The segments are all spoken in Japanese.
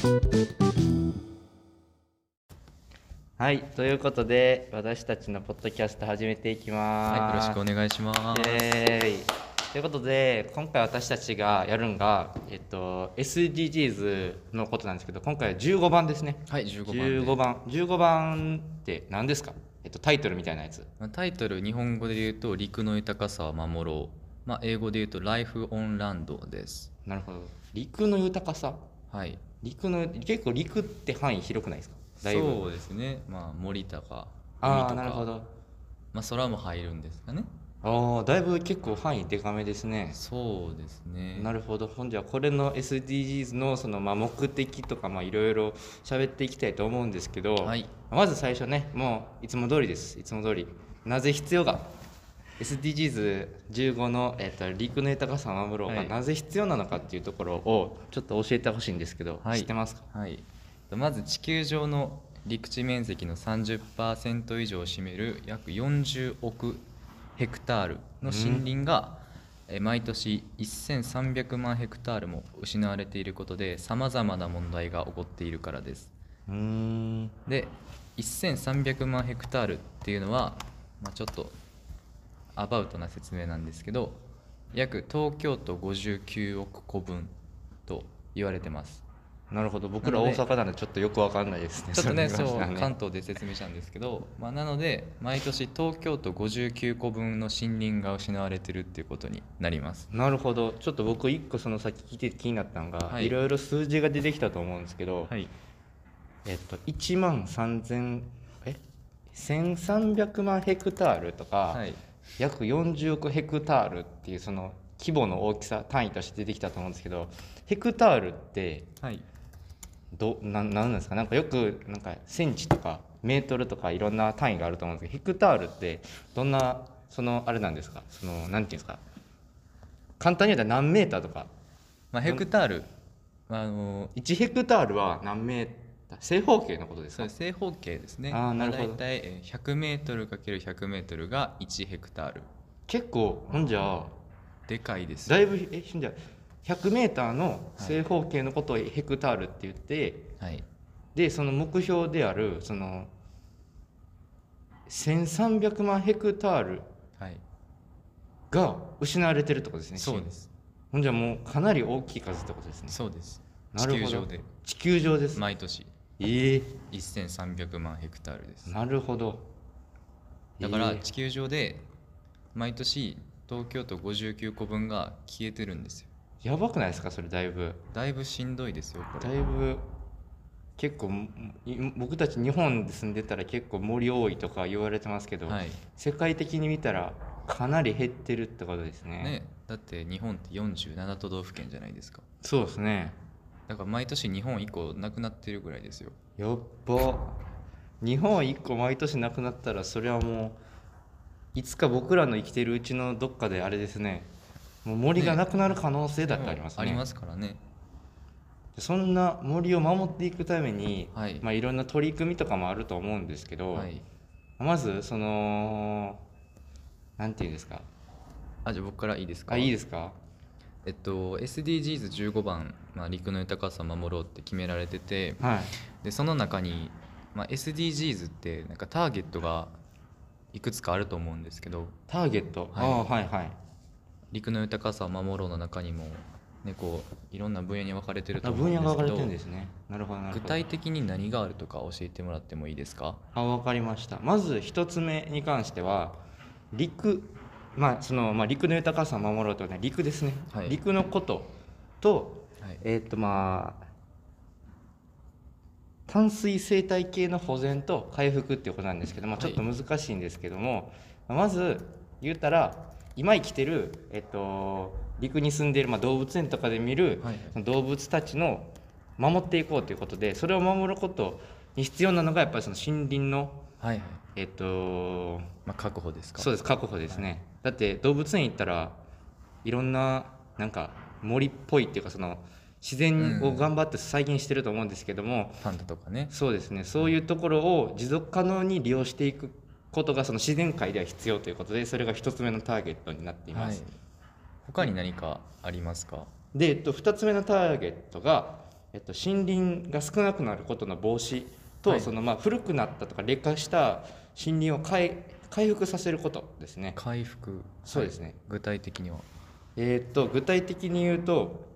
はい、ということで私たちのポッドキャスト始めていきます。 はい、よろしくお願いします。 ということで今回私たちがやるのが、SDGs のことなんですけど、今回は15番ですね。 はい、15番で。 15番って何ですか？タイトルみたいなやつ。 タイトル、日本語で言うと陸の豊かさを守ろう。英語で言うと Life on Land です。 なるほど。陸の豊かさ。 はい。 結構陸って範囲広くないですか？だいぶ。 そうですね。森とかああ、 海となるほど。 か、空も入るんですかね。 ああ、だいぶ結構範囲でかめですね。 そうですね。 なるほど。ほんじゃこれの SDGs の目的とかいろいろ喋っていきたいと思うんですけど、 はい。 まず最初ね、もういつも通りです。いつも通り。なぜ必要か。SDGs15 の、陸の豊かさを守ろうが、 はいなぜ必要なのかっていうところをちょっと教えてほしいんですけど、 はい、 知ってますか？ はい。まず地球上の陸地面積の 30% 以上を占める約40億ヘクタールの森林が、毎年1300万ヘクタールも失われていることでさまざまな問題が起こっているからです。で1300万ヘクタールっていうのは、ちょっとアバウトな説明なんですけど、約東京都59億個分と言われてます。 なるほど。僕ら大阪なんでちょっとよくわかんないですね。 ちょっとね、 それにそう関してはね。 関東で説明したんですけど、なので毎年東京都59個分の森林が失われてるっていうことになります。 なるほど。ちょっと僕一個その先聞いて気になったのが、 はいいろいろ数字が出てきたと思うんですけど、 はい。 1万3000 1300万ヘクタールとか、 はい。 約40億ヘクタールっていうその規模の大きさ単位として出てきたと思うんですけど、ヘクタールってはい。 なんですか？なんかよくなんかセンチとかメートルとかいろんな単位があると思うんですけど、ヘクタールってどんなあれなんですか？なんていうんですか？簡単に言うと何メーターとか。 ヘクタール、 1ヘクタールは何メーター？正方形のことですか？ そう正方形ですね。 なるほど。 だいたい100メートル ×100 メートルが1ヘクタール。 結構ほんじゃでかいですよ。 だいぶほんじゃ100メーターの正方形のことをヘクタールって言って、 はい。 でその目標である1300万ヘクタールはい。 が失われてるってことですね。 そうです。 ほんじゃもうかなり大きい数ってことですね。 そうです。 なるほど。 地球上で地球上です。 毎年1300万ヘクタールです。 なるほど。 だから地球上で毎年東京都59個分が消えてるんですよ。 やばくないですか？それだいぶしんどいですよこれ。 だいぶ結構僕たち日本で住んでたら結構森多いとか言われてますけど、 はい。 世界的に見たらかなり減ってるってことですね。 ね、だって日本って47都道府県じゃないですか。 そうですね。 だから毎年日本1個なくなってるぐらいですよ。 やっば。日本1個毎年なくなったらそれはもういつか僕らの生きてるうちのどっかであれですね、もう森がなくなる可能性だってありますね。 ありますからね。 そんな森を守っていくために、 はい。 いろんな取り組みとかもあると思うんですけど、 はい。 まずなんていうんですか？ じゃあ僕からいいですか？ いいですか？ SDGs15 番、陸の豊かさを守ろうって決められてて、 はい。 でその中に、SDGs ってなんかターゲットがいくつかあると思うんですけど、 ターゲット、 はいはいはい。 陸の豊かさを守ろうの中にも、いろんな分野に分かれてると思うん分ですけど、 野が分かれてるんですね。なるほどなるほど。 具体的に何があるとか教えてもらってもいいですか？ 分かりました。まず一つ目に関しては陸、陸の豊かさを守ろうとね、陸ですね、 はい、 陸のことと、 はい、 淡水生態系の保全と回復っていうことなんですけど、ちょっと難しいんですけども、まず言ったら今生きてる、陸に住んでいる、動物園とかで見る、動物たちの守っていこうということで、それを守ることに必要なのがやっぱりその森林の、 確保ですか？ そうです、確保ですね。だって動物園行ったらいろんななんか森っぽいっていうか自然を頑張って再現してると思うんですけども、 パンダとかね。 そうですね、そういうところを持続可能に利用していくことがその自然界では必要ということで、それが一つ目のターゲットになっています、 他に何かありますか？ で、2つ目のターゲットが、 森林が少なくなることの防止と、 はいその古くなったとか劣化した森林を回復させることですね。 回復。 そうですね、 はい、具体的には。 具体的に言うと、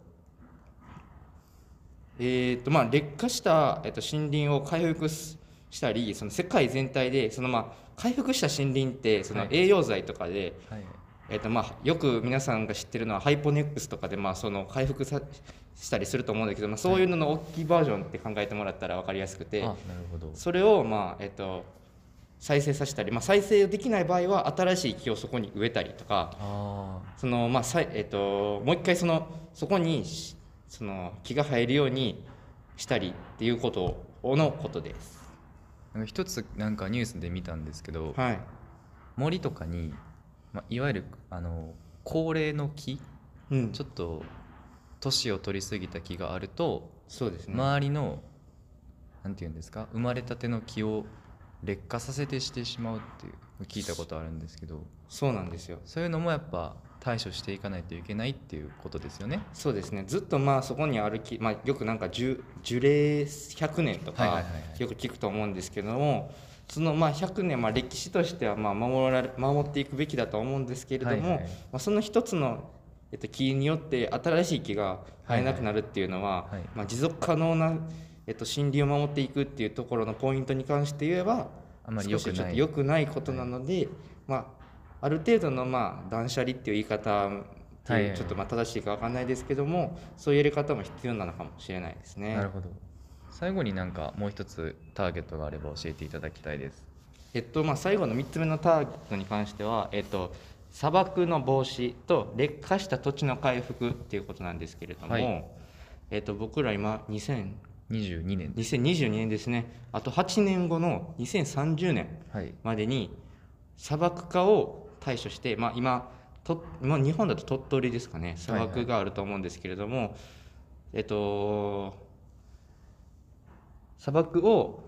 劣化した、森林を回復したり、その世界全体でその回復した森林ってその栄養剤とかで、 はいよく皆さんが知ってるのはハイポネックスとかでその回復したりすると思うんだけど、そういうのの大きいバージョンって考えてもらったら分かりやすくて、 あ、なるほど。 それを再生させたり、再生できない場合は新しい木をそこに植えたりとか、 あそのもう一回そこにその木が生えるようにしたりっていうことのことです。 あ、一つなんかニュースで見たんですけど、 はい、 森とかに、いわゆる高齢の木、 うんちょっと年を取りすぎた木があると、 そうですね。 周りのなんていうんですか、生まれたての木を劣化させてしてしまうっていう聞いたことあるんですけど、 そうなんですよ。 そういうのもやっぱ対処していかないといけないっていうことですよね。 そうですね。ずっとそこにある木、よくなんか樹齢100年とかはいはいはいはいよく聞くと思うんですけども、その100年、歴史としては守っていくべきだと思うんですけれども、 はいはいその一つの、木によって新しい木が生えなくなるっていうのは、 はいはい持続可能な、森林を守っていくっていうところのポイントに関して言えばあまり良くない少しちょっと良くないことなので、ある程度の断捨離っていう言い方っていうちょっと正しいか分かんないですけども、そういうやり方も必要なのかもしれないですね。 なるほど。最後になんかもう一つターゲットがあれば教えていただきたいです。 最後の3つ目のターゲットに関しては、砂漠の防止と劣化した土地の回復っていうことなんですけれども、 はい、 僕ら今 22年 2022年ですね。あと8年後の2030年までに砂漠化を対処して、今日本だと鳥取ですかね、砂漠があると思うんですけれども、砂漠を、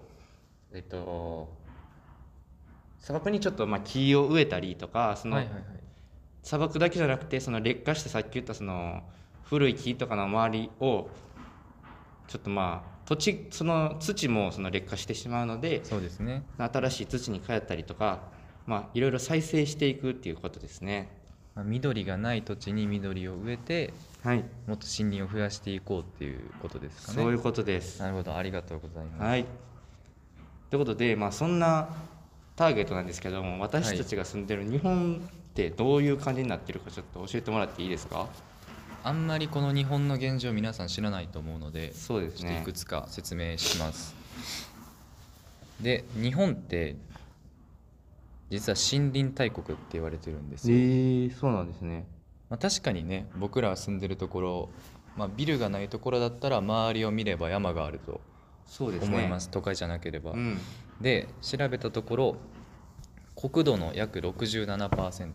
砂漠にちょっと木を植えたりとか、その砂漠だけじゃなくてその劣化したさっき言ったその古い木とかの周りをちょっとその土もその劣化してしまうので、 そうですね。 新しい土に変えたりとか、いろいろ再生していくっていうことですね。 緑がない土地に緑を植えて、 はい、 もっと森林を増やしていこうっていうことですかね。 そういうことです。 なるほど、ありがとうございます。 はい、ということで、そんなターゲットなんですけども、私たちが住んでる日本ってどういう感じになってるかちょっと教えてもらっていいですか？ あんまりこの日本の現状皆さん知らないと思うので、 そうですね、 ちょっといくつか説明します。で、日本って実は森林大国って言われてるんですよ。 そうなんですね。 確かにね、僕ら住んでるところ、ビルがないところだったら周りを見れば山があるとそうですね、 思います。都会じゃなければ。 うん、 で、調べたところ国土の約 67%、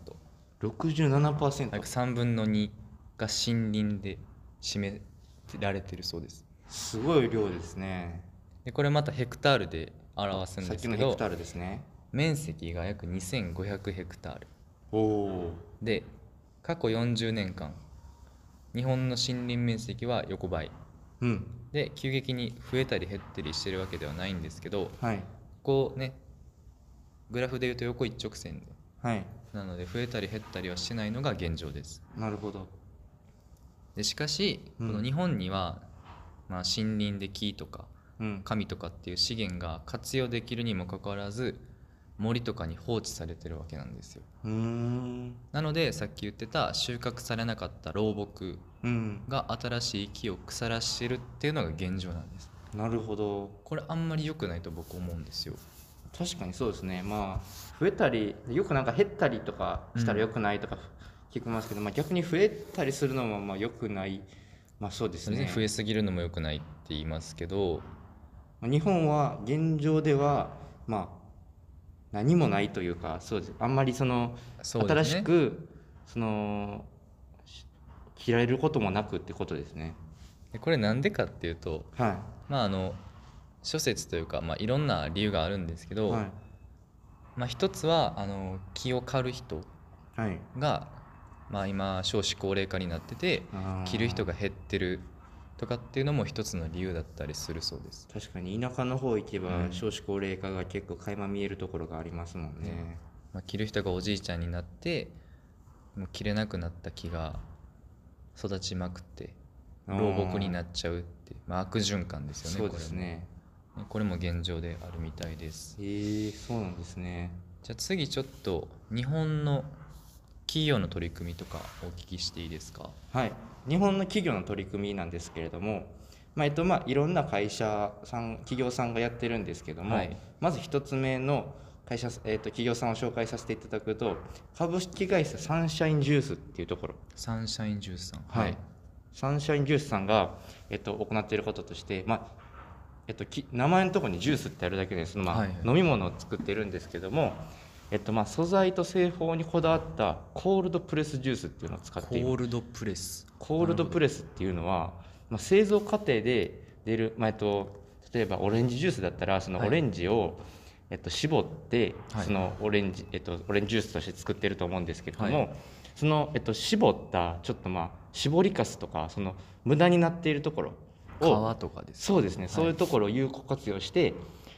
67%、 約3分の2が森林で占められてるそうです。 すごい量ですね。 でこれまたヘクタールで表すんさっですけど、 きのヘクタールですね。 面積が約2500ヘクタールおお。 で、過去40年間日本の森林面積は横ばい、 うん、 で急激に増えたり減ったりしてるわけではないんですけど、 はい、 こうね、グラフでいうと横一直線で、 はい、 なので増えたり減ったりはしてないのが現状です。 なるほど。 でしかし、この日本には、森林で木とか紙とかっていう資源が活用できるにもかかわらず、森とかに放置されてるわけなんですよ。なのでさっき言ってた収穫されなかった老木が新しい木を腐らしてるっていうのが現状なんです。 なるほど。 これあんまり良くないと僕思うんですよ。 確かにそうですね。増えたりよくなんか減ったりとかしたら良くないとか聞きますけど、逆に増えたりするのも良くない。そうですね。 増えすぎるのも良くないって言いますけど、 日本は現状では何もないというか、そうです。あんまりそうですね、 新しく切られることもなくってことですね。 これなんでかっていうと、 はい、 諸説というか、いろんな理由があるんですけど、 はい、 一つは木を刈る人が、今少子高齢化になってて切る人が減ってるとかっていうのも一つの理由だったりするそうです。 確かに田舎の方行けばうん少子高齢化が結構垣間見えるところがありますもんね。 切る人がおじいちゃんになってもう切れなくなった木が育ちまくって老木になっちゃうっていう、悪循環ですよね。 そうですね。 これも現状であるみたいです。 そうなんですね。 じゃあ次ちょっと日本の企業の取り組みとかお聞きしていいですか？ はい、日本の企業の取り組みなんですけれども、いろんな会社さん企業さんがやってるんですけども、まず一つ目の会社、企業さんを紹介させていただくと、株式会社サンシャインジュースっていうところ。 サンシャインジュースさん。 はい、サンシャインジュースさんが、行っていることとして、名前のところにジュースってあるだけで飲み物を作ってるんですけども、素材と製法にこだわったコールドプレスジュースっていうのを使っています。 コールドプレス。 コールドプレスっていうのは、製造過程で出る、例えばオレンジジュースだったらそのオレンジを、絞って、そのオレンジジュースとして作ってると思うんですけれども、その、絞ったちょっと絞りかすとかその無駄になっているところを皮とかですか？ そうですね、そういうところを有効活用して、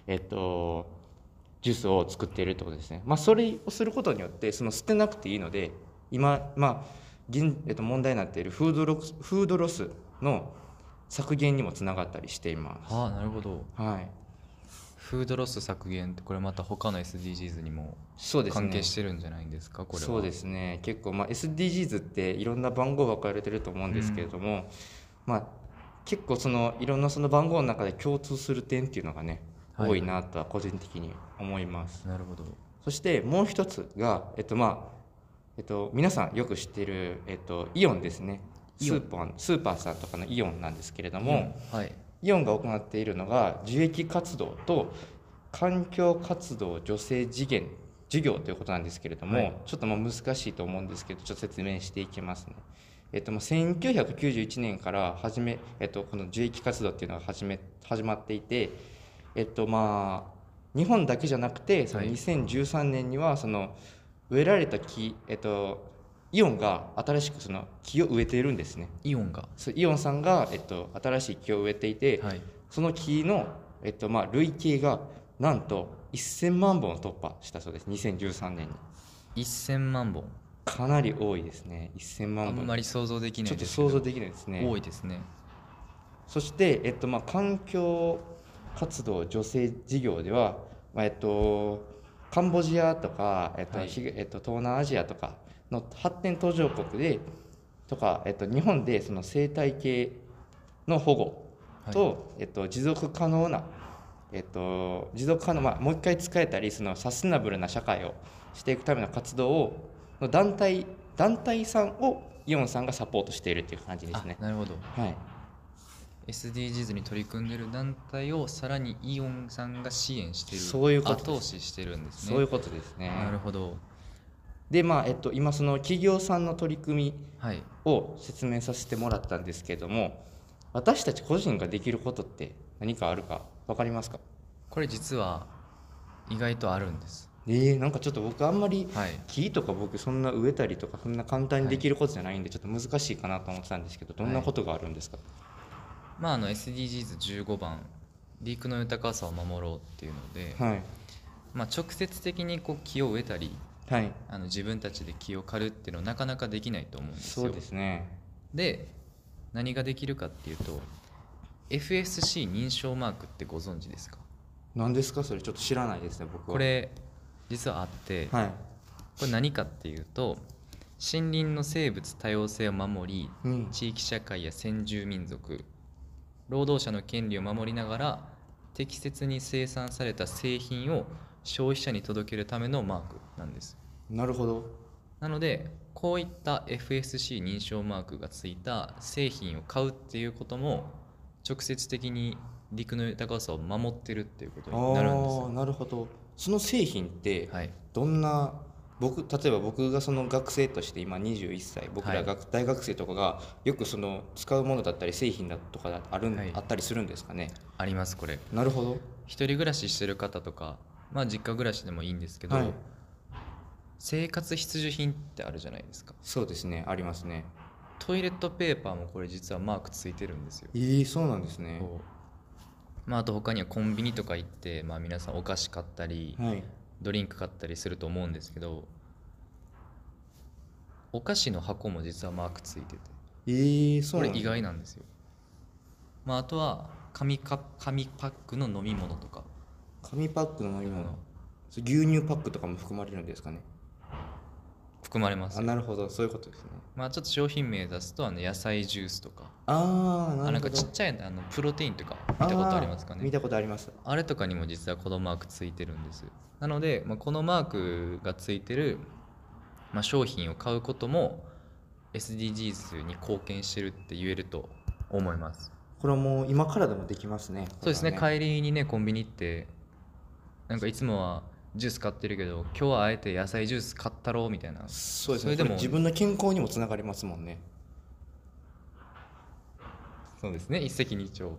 ジュースを作っているということですね。それをすることによってその捨てなくていいので、今、問題になっているフードロスの削減にもつながったりしています。 なるほど。 はい、 フードロス削減ってこれまた他の SDGs にも関係してるんじゃないんですか？これは。 そうですね。結構SDGs っていろんな番号が書かれてると思うんですけれども、結構いろんなその番号の中で共通する点っていうのがね、多いなとは個人的に思います。 なるほど。 そしてもう一つが、皆さんよく知っている、イオンですね。スーパーさんとかのイオンなんですけれども、イオンが行っているのが受益活動と環境活動助成事業ということなんですけれども、ちょっと難しいと思うんですけど、ちょっと説明していきますね。1991年からこの受益活動っていうのが始まっていて、日本だけじゃなくてその2013年にはその植えられた木、イオンが新しくその木を植えているんですね。イオンさんが、新しい木を植えていて、その木の、累計がなんと1000万本を突破したそうです。2013年に 1000万本、 かなり多いですね。1000万本あんまり想像できないですけど、ちょっと想像できないですね。 多いですね。 そして、環境活動助成事業では、カンボジアとか、東南アジアとかの発展途上国でとか、日本でその生態系の保護と、持続可能な、もう一回使えたりそのサステナブルな社会をしていくための活動をの団体さんをイオンさんがサポートしているという感じですね。 なるほど。SDGs に取り組んでいる団体をさらにイオンさんが支援している、後押ししてるんですね。 そういうことですね。 なるほど。 で今その企業さんの取り組みを説明させてもらったんですけれども、私たち個人ができることって何かあるか分かりますか？ これ実は意外とあるんです。 なんかちょっと僕あんまり木とか僕そんな植えたりとかそんな簡単にできることじゃないんでちょっと難しいかなと思ってたんですけど、どんなことがあるんですか？ SDGs15 番陸の豊かさを守ろうっていうので、直接的に木を植えたり、自分たちで木を刈るっていうのはなかなかできないと思うんですよ。 そうですね。 で何ができるかっていうと FSC 認証マークってご存知ですか？ 何ですかそれ？ちょっと知らないですね僕は。 これ実はあって、これ何かっていうと森林の生物多様性を守り、地域社会や先住民族労働者の権利を守りながら適切に生産された製品を消費者に届けるためのマークなんです。 なるほど。 なのでこういった FSC 認証マークがついた製品を買うっていうことも直接的に陸の豊かさを守ってるっていうことになるんですよ。 なるほど。その製品ってどんな、例えば僕がその学生として今21歳、僕ら大学生とかがよくその使うものだったり製品だとかあったりするんですかね？ あります。これなるほど。 一人暮らししてる方とか、実家暮らしでもいいんですけど、生活必需品ってあるじゃないですか。 そうですね、ありますね。 トイレットペーパーもこれ実はマークついてるんですよ。 そうなんですね。 あと他にはコンビニとか行って、皆さんお菓子買ったり、 はい。 ドリンク買ったりすると思うんですけど、お菓子の箱も実はマークついてて、 そうなんだ。 これ意外なんですよ。あとは紙パックの飲み物とか紙パックの飲み物、それ牛乳パックとかも含まれるんですかね。 含まれますよ。 なるほど、そういうことですね。 ちょっと商品名出すと野菜ジュースとか、 なるほど。 なんかちっちゃいプロテインとか見たことありますかね。 見たことあります。 あれとかにも実はこのマークついてるんです。なので、このマークがついてる、商品を買うことも SDGs に貢献してるって言えると思います。 これはもう今からでもできますね。 そうですね。 こ帰りにね、コンビニ行ってなんかいつもはジュース買ってるけど今日はあえて野菜ジュース買ったろうみたいな。 そうですね。 それでもこれ自分の健康にもつながりますもんね。 そうですね。一石二鳥。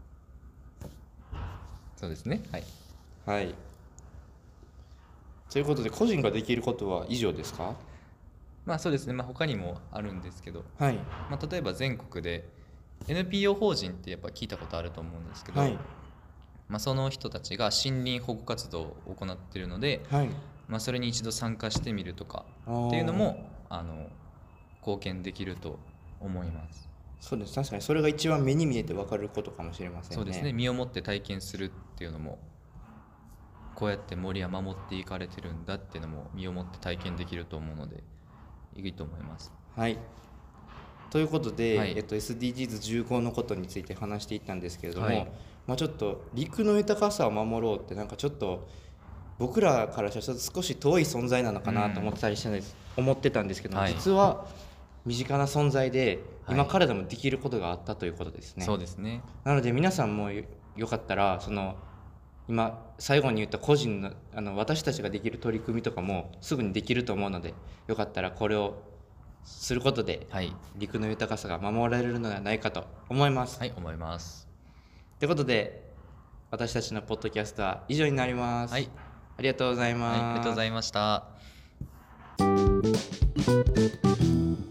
そうですね。はい。 はい。ということで個人ができることは以上ですか？ そうですね。他にもあるんですけど、 はい。 例えば全国で NPO 法人ってやっぱ聞いたことあると思うんですけど、 はい。 その人たちが森林保護活動を行っているので、 はい。 それに一度参加してみるとかっていうのも貢献できると思います。 そうです。確かにそれが一番目に見えて分かることかもしれませんね。 そうですね。身をもって体験するっていうのも、こうやって森は守っていかれてるんだっていうのも身をもって体験できると思うのでいいと思います。 はい。ということで、 はい、 SDGs15 のことについて話していったんですけれども、 はい、 ちょっと陸の豊かさを守ろうってなんかちょっと僕らからしたら少し遠い存在なのかなと思ってたりしたんです、思ってたんですけども、 はい、 実は身近な存在で、 はい、 今からでもできることがあったということですね。 そうですね。 なので皆さんもよかったら今最後に言った個人の私たちができる取り組みとかもすぐにできると思うので、よかったらこれをすることで、 はい、 陸の豊かさが守られるのではないかと思います。 はい、思います。 ということで私たちのポッドキャストは以上になります。 はい、 ありがとうございます。 はい、ありがとうございました。